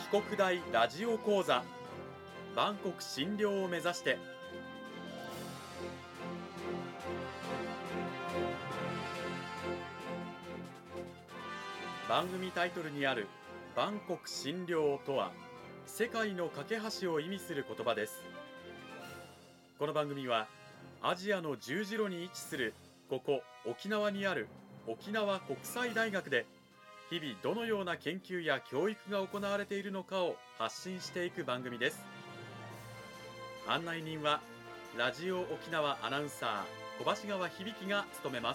帰国大ラジオ講座万国診療を目指して。番組タイトルにある万国診療とは世界の架け橋を意味する言葉です。この番組はアジアの十字路に位置するここ沖縄にある沖縄国際大学で日々どのような研究や教育が行われているのかを発信していく番組です。案内人はラジオ沖縄アナウンサー小橋川響が務めます。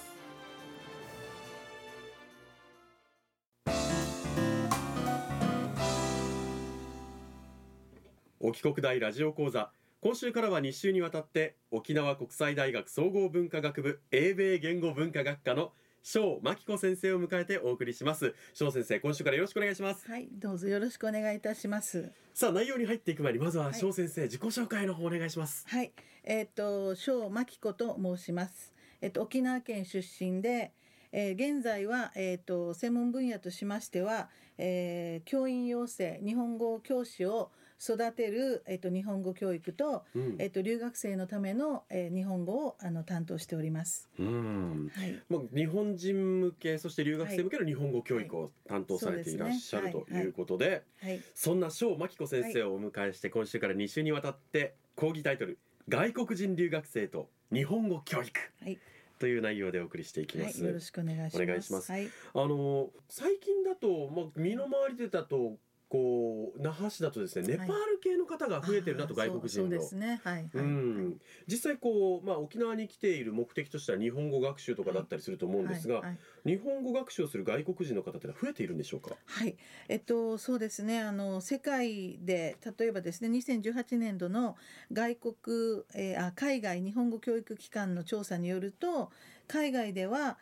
沖国大ラジオ講座、今週からは2週にわたって沖縄国際大学総合文化学部英米言語文化学科の庄真紀子先生を迎えてお送りします。庄先生、今週からよろしくお願いします。 はい、どうぞよろしくお願いいたします。 さあ、内容に入っていく前にまずは庄先生、自己紹介の方お願いします。 はい、庄真紀子と申します。沖縄県出身で、現在は、専門分野としましては、教員養成日本語教師を育てる、日本語教育と、留学生のための、日本語を担当しております。 日本人向け、そして留学生向けの日本語教育を担当されていらっしゃるということで、そんな庄真紀子先生をお迎えして、今週から2週にわたって講義タイトル、外国人留学生と日本語教育、という内容でお送りしていきます。 よろしくお願いします。 お願いします。最近だと、身の回りでだと那覇市だとですね、ネパール系の方が増えてるなと、外国人の。 そうですね。 実際沖縄に来ている目的としては日本語学習とかだったりすると思うんですが、日本語学習をする外国人の方って増えているんでしょうか。 はい、そうですね。世界で例えばですね、2018年度の海外日本語教育機関の調査によると、海外では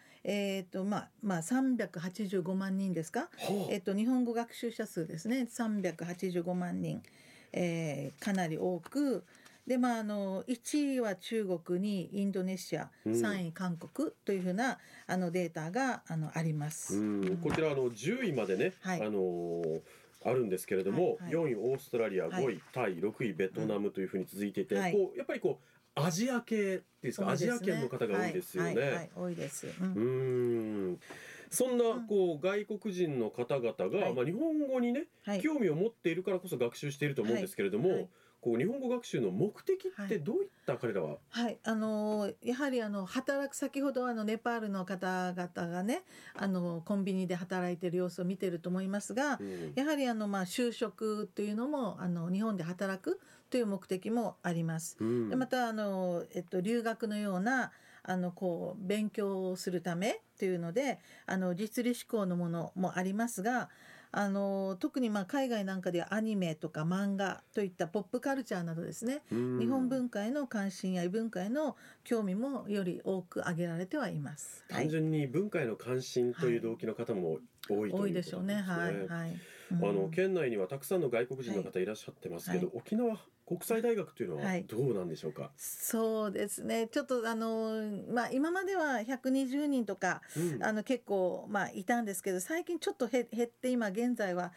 385万人ですか、日本語学習者数ですね、385万人、かなり多くで、1位は中国、2位インドネシア、3位韓国というふうなデータがあります。 こちら10位までね、あるんですけれども、4位オーストラリア、5位タイ、6位ベトナムというふうに続いていて、やっぱりアジア系ってですか、アジア圏の方が多いですよね。 多いです。 そんな外国人の方々が、日本語にね、興味を持っているからこそ学習していると思うんですけれども、日本語学習の目的ってどういった彼らは。 やはり働く、先ほどネパールの方々がね、コンビニで働いている様子を見ていると思いますが、やはり就職というのも日本で働くという目的もあります。でまた留学のような勉強をするためというので実利志向のものもありますが、特に海外なんかではアニメとか漫画といったポップカルチャーなどですね、日本文化への関心や異文化への興味もより多く挙げられてはいます。 単純に文化への関心という動機の方も多いということですね。 多いでしょうね。 県内にはたくさんの外国人の方いらっしゃってますけど、沖縄国際大学というのはどうなんでしょうか。 そうですね、ちょっと今までは120人とか、結構いたんですけど、最近ちょっと減って今現在は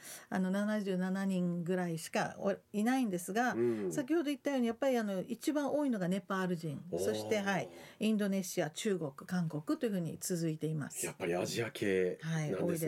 77人ぐらいしかいないんですが、先ほど言ったようにやっぱり一番多いのがネパール人、そしてインドネシア、中国、韓国というふうに続いています。 やっぱりアジア系なんですね。 多いです。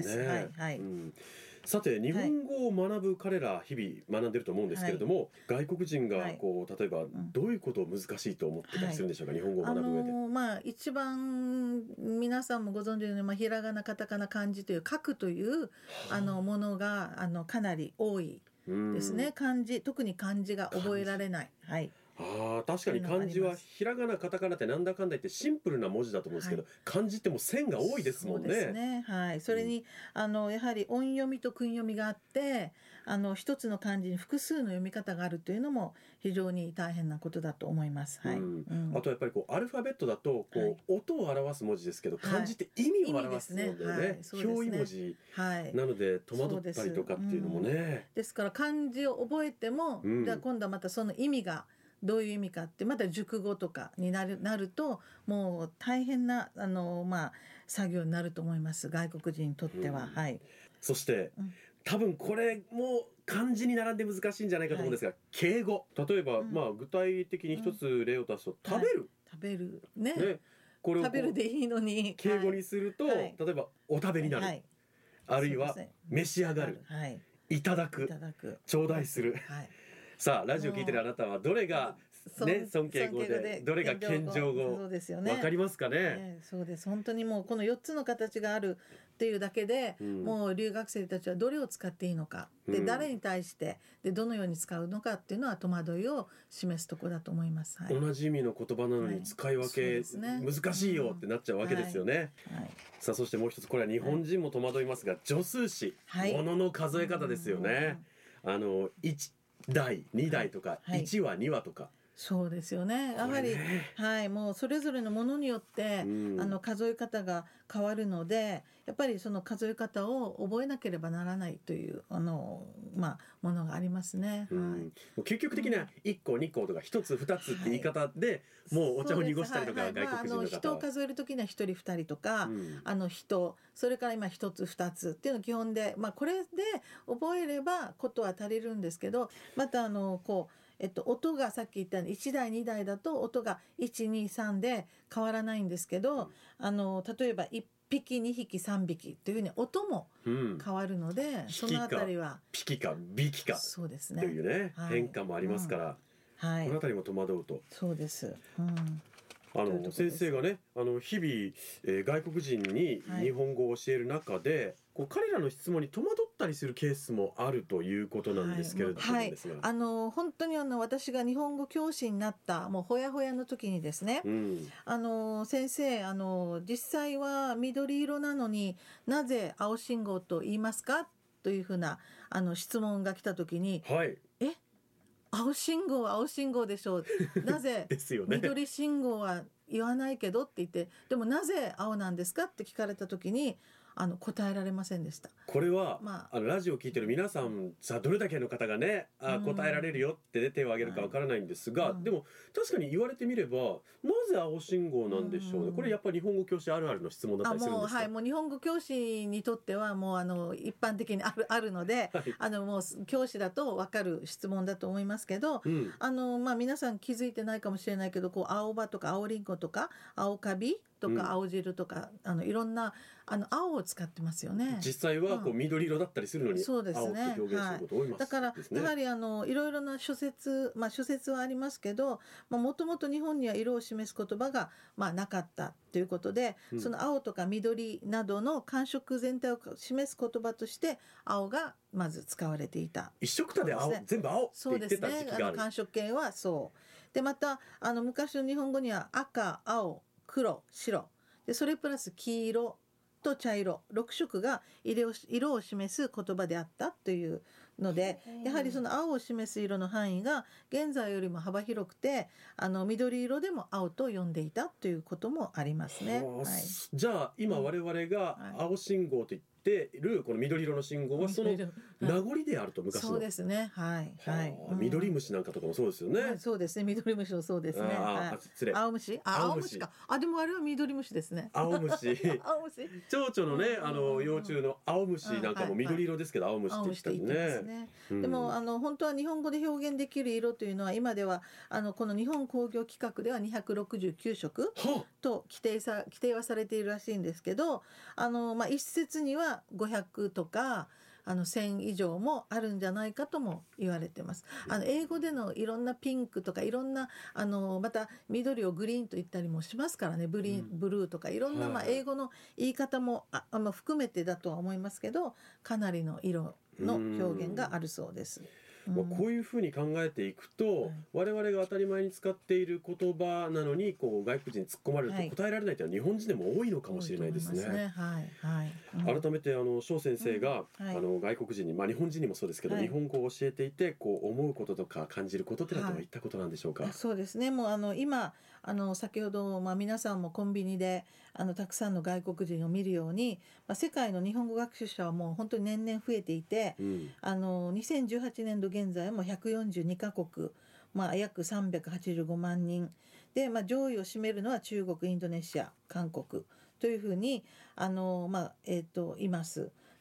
さて、日本語を学ぶ彼ら日々学んでると思うんですけれども、外国人が例えばどういうことを難しいと思ってたりするんでしょうか。日本語を学ぶ上で。 一番皆さんもご存知のように、ひらがな、カタカナ、漢字という書くというものがかなり多いですね。特に漢字が覚えられない。 確かに漢字はひらがな、カタカナってなんだかんだ言ってシンプルな文字だと思うんですけど、漢字ってもう線が多いですもんね。 そうですね。それにやはり音読みと訓読みがあって、一つの漢字に複数の読み方があるというのも非常に大変なことだと思います。 あとやっぱりアルファベットだと音を表す文字ですけど、漢字って意味を表すのでね、表意文字なので戸惑ったりとかっていうのもね。 ですから漢字を覚えても、今度はまたその意味がどういう意味かってまた熟語とかになるともう大変な作業になると思います、外国人にとっては。 そして、 多分これも漢字に並んで難しいんじゃないかと思うんですが、敬語、例えば、具体的に一つ例を出すと、食べる、 食べるね、 これを食べるでいいのに敬語にすると、例えばお食べになる、あるいは召し上がる、いただく、頂戴する、さあラジオ聞いてるあなたはどれが尊敬語でどれが謙譲語、わかりますかね。 そうです。本当にもうこの4つの形があるっていうだけで、もう留学生たちはどれを使っていいのか、で誰に対してでどのように使うのかっていうのは戸惑いを示すところだと思います。 同じ意味の言葉なのに使い分け、難しいよってなっちゃうわけですよね。さあそしてもう一つ、これは日本人も戸惑いますが、助数詞、物の数え方ですよね。1台2台とか、1話2話とか。 そうですよね。やはり、もうそれぞれのものによって、数え方が変わるので、やっぱりその数え方を覚えなければならないというものがありますね。 究極的な1個2個とか1つ2つって言い方で、もうお茶を濁したりとか、外国人の方は人を数えるときには1人2人とか、人、それから今1つ2つっていうのが基本で、これで覚えればことは足りるんですけど、また音がさっき言ったように1台2台だと音が123で変わらないんですけど、例えば1匹2匹3匹というふうに音も変わるので、そのあたりはピキかビキかというね、変化もありますから、このあたりも戸惑うと。 そうです。 先生がね、日々、外国人に日本語を教える中で、彼らの質問に戸惑ったりするケースもあるということなんですけれども、 本当に私が日本語教師になったもうほやほやの時にですね、先生実際は緑色なのになぜ青信号と言いますかというふうな質問が来た時に、青信号は青信号でしょう、なぜ緑信号は言わないけどって言って、でもなぜ青なんですかって聞かれた時に答えられませんでした。 これは、ラジオを聞いてる皆さん、さあどれだけの方がね答えられるよって、手を挙げるかわからないんですが、でも確かに言われてみれば、なぜ青信号なんでしょうね。これやっぱり日本語教師あるあるの質問だったりするんですか。 もう日本語教師にとってはもう一般的にあるので、もう教師だと分かる質問だと思いますけど、皆さん気づいてないかもしれないけど、青葉とか青りんごとか青カビとか青汁とか、いろんな青を使ってますよね。 実際は緑色だったりするのに、青って表現すること多います。 だからやはりいろいろな諸説はありますけど、もともと日本には色を示す言葉がなかったということで、その青とか緑などの感触全体を示す言葉として青がまず使われていた。 一色たで青、全部青って言ってた時期がある。 感触系はそうで、また昔の日本語には赤、青、黒、白で、それプラス黄色と茶色6色が色を示す言葉であったというので、やはりその青を示す色の範囲が現在よりも幅広くて、緑色でも青と呼んでいたということもありますね。 じゃあ今我々が青信号と言っているこの緑色の信号はその名残であると、昔の。 そうですね。 緑虫なんかとかもそうですよね。 そうですね。緑虫もそうですね。青虫か。でもあれは緑虫ですね。 青虫。蝶々のね幼虫の青虫なんかも緑色ですけど、青虫って言ったりね。 でも本当は日本語で表現できる色というのは今ではこの日本工業規格では269色と規定はされているらしいんですけど、一説には500とか1000以上もあるんじゃないかとも言われてます。英語でのいろんなピンクとかいろんなまた緑をグリーンと言ったりもしますからね、ブルーとかいろんな英語の言い方も含めてだとは思いますけど、かなりの色の表現があるそうです。 こういうふうに考えていくと、我々が当たり前に使っている言葉なのに外国人に突っ込まれると答えられないというのは日本人でも多いのかもしれないですね。改めて翔先生が外国人に、日本人にもそうですけど、日本語を教えていて思うこととか感じることってのはどういったことなんでしょうか。 そうですね。もう今先ほど皆さんもコンビニでたくさんの外国人を見るように、世界の日本語学習者はもう本当に年々増えていて、2018年度現在も142カ国、約385万人で、上位を占めるのは中国、インドネシア、韓国というふうにいます。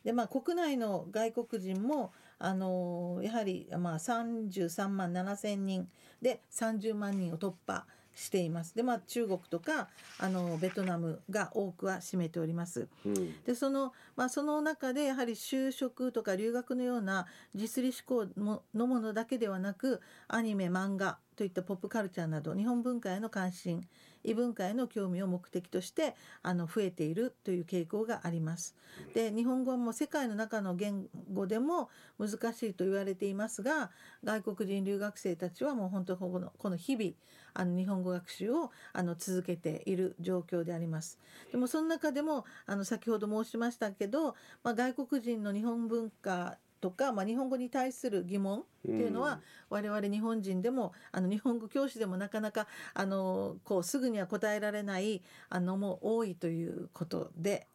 で国内の外国人もやはり33万7千人で30万人を突破しています。で中国とかベトナムが多くは占めております。でその中でやはり就職とか留学のような実利志向のものだけではなく、アニメ漫画といったポップカルチャーなど日本文化への関心、異文化への興味を目的として増えているという傾向があります。で日本語はもう世界の中の言語でも難しいと言われていますが、外国人留学生たちはもう本当にこの日々日本語学習を続けている状況であります。でもその中でも先ほど申しましたけど、外国人の日本文化とか、日本語に対する疑問っていうのは、我々日本人でも日本語教師でもなかなかすぐには答えられないも多いということです。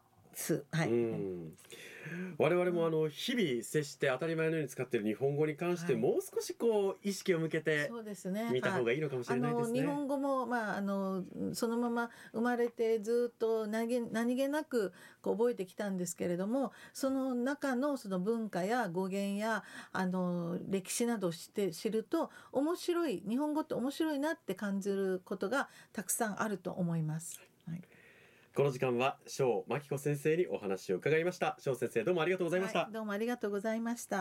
我々も日々接して当たり前のように使っている日本語に関して、もう少し意識を向けて見た方がいいのかもしれないですね。 日本語も、そのまま生まれてずっと何気なく覚えてきたんですけれども、その中のその文化や語源や歴史などを知ると日本語って面白いなって感じることがたくさんあると思います。 この時間は庄真紀子先生にお話を伺いました。庄先生、どうもありがとうございました。 どうもありがとうございました。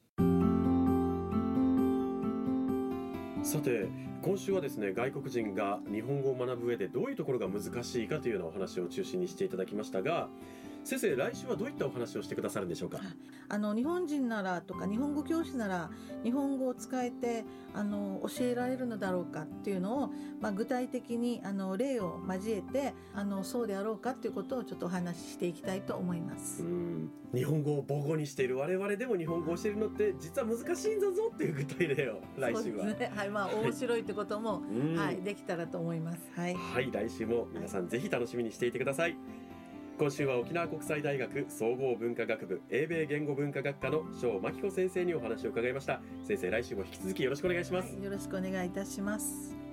さて今週はですね、外国人が日本語を学ぶ上でどういうところが難しいかというようなお話を中心にしていただきましたが、先生、来週はどういったお話をしてくださるんでしょうか。 日本人ならとか日本語教師なら日本語を使えて教えられるのだろうかっていうのを、具体的に例を交えてそうであろうかっていうことをちょっとお話ししていきたいと思います。 日本語を母語にしている我々でも日本語を教えるのって実は難しいんだぞっていう具体例を来週は。 そうですね。面白いってことも、できたらと思います。はい、 来週も皆さんぜひ楽しみにしていてください。今週は沖縄国際大学総合文化学部英米言語文化学科の庄真紀子先生にお話を伺いました。先生、来週も引き続きよろしくお願いします。 よろしくお願いいたします。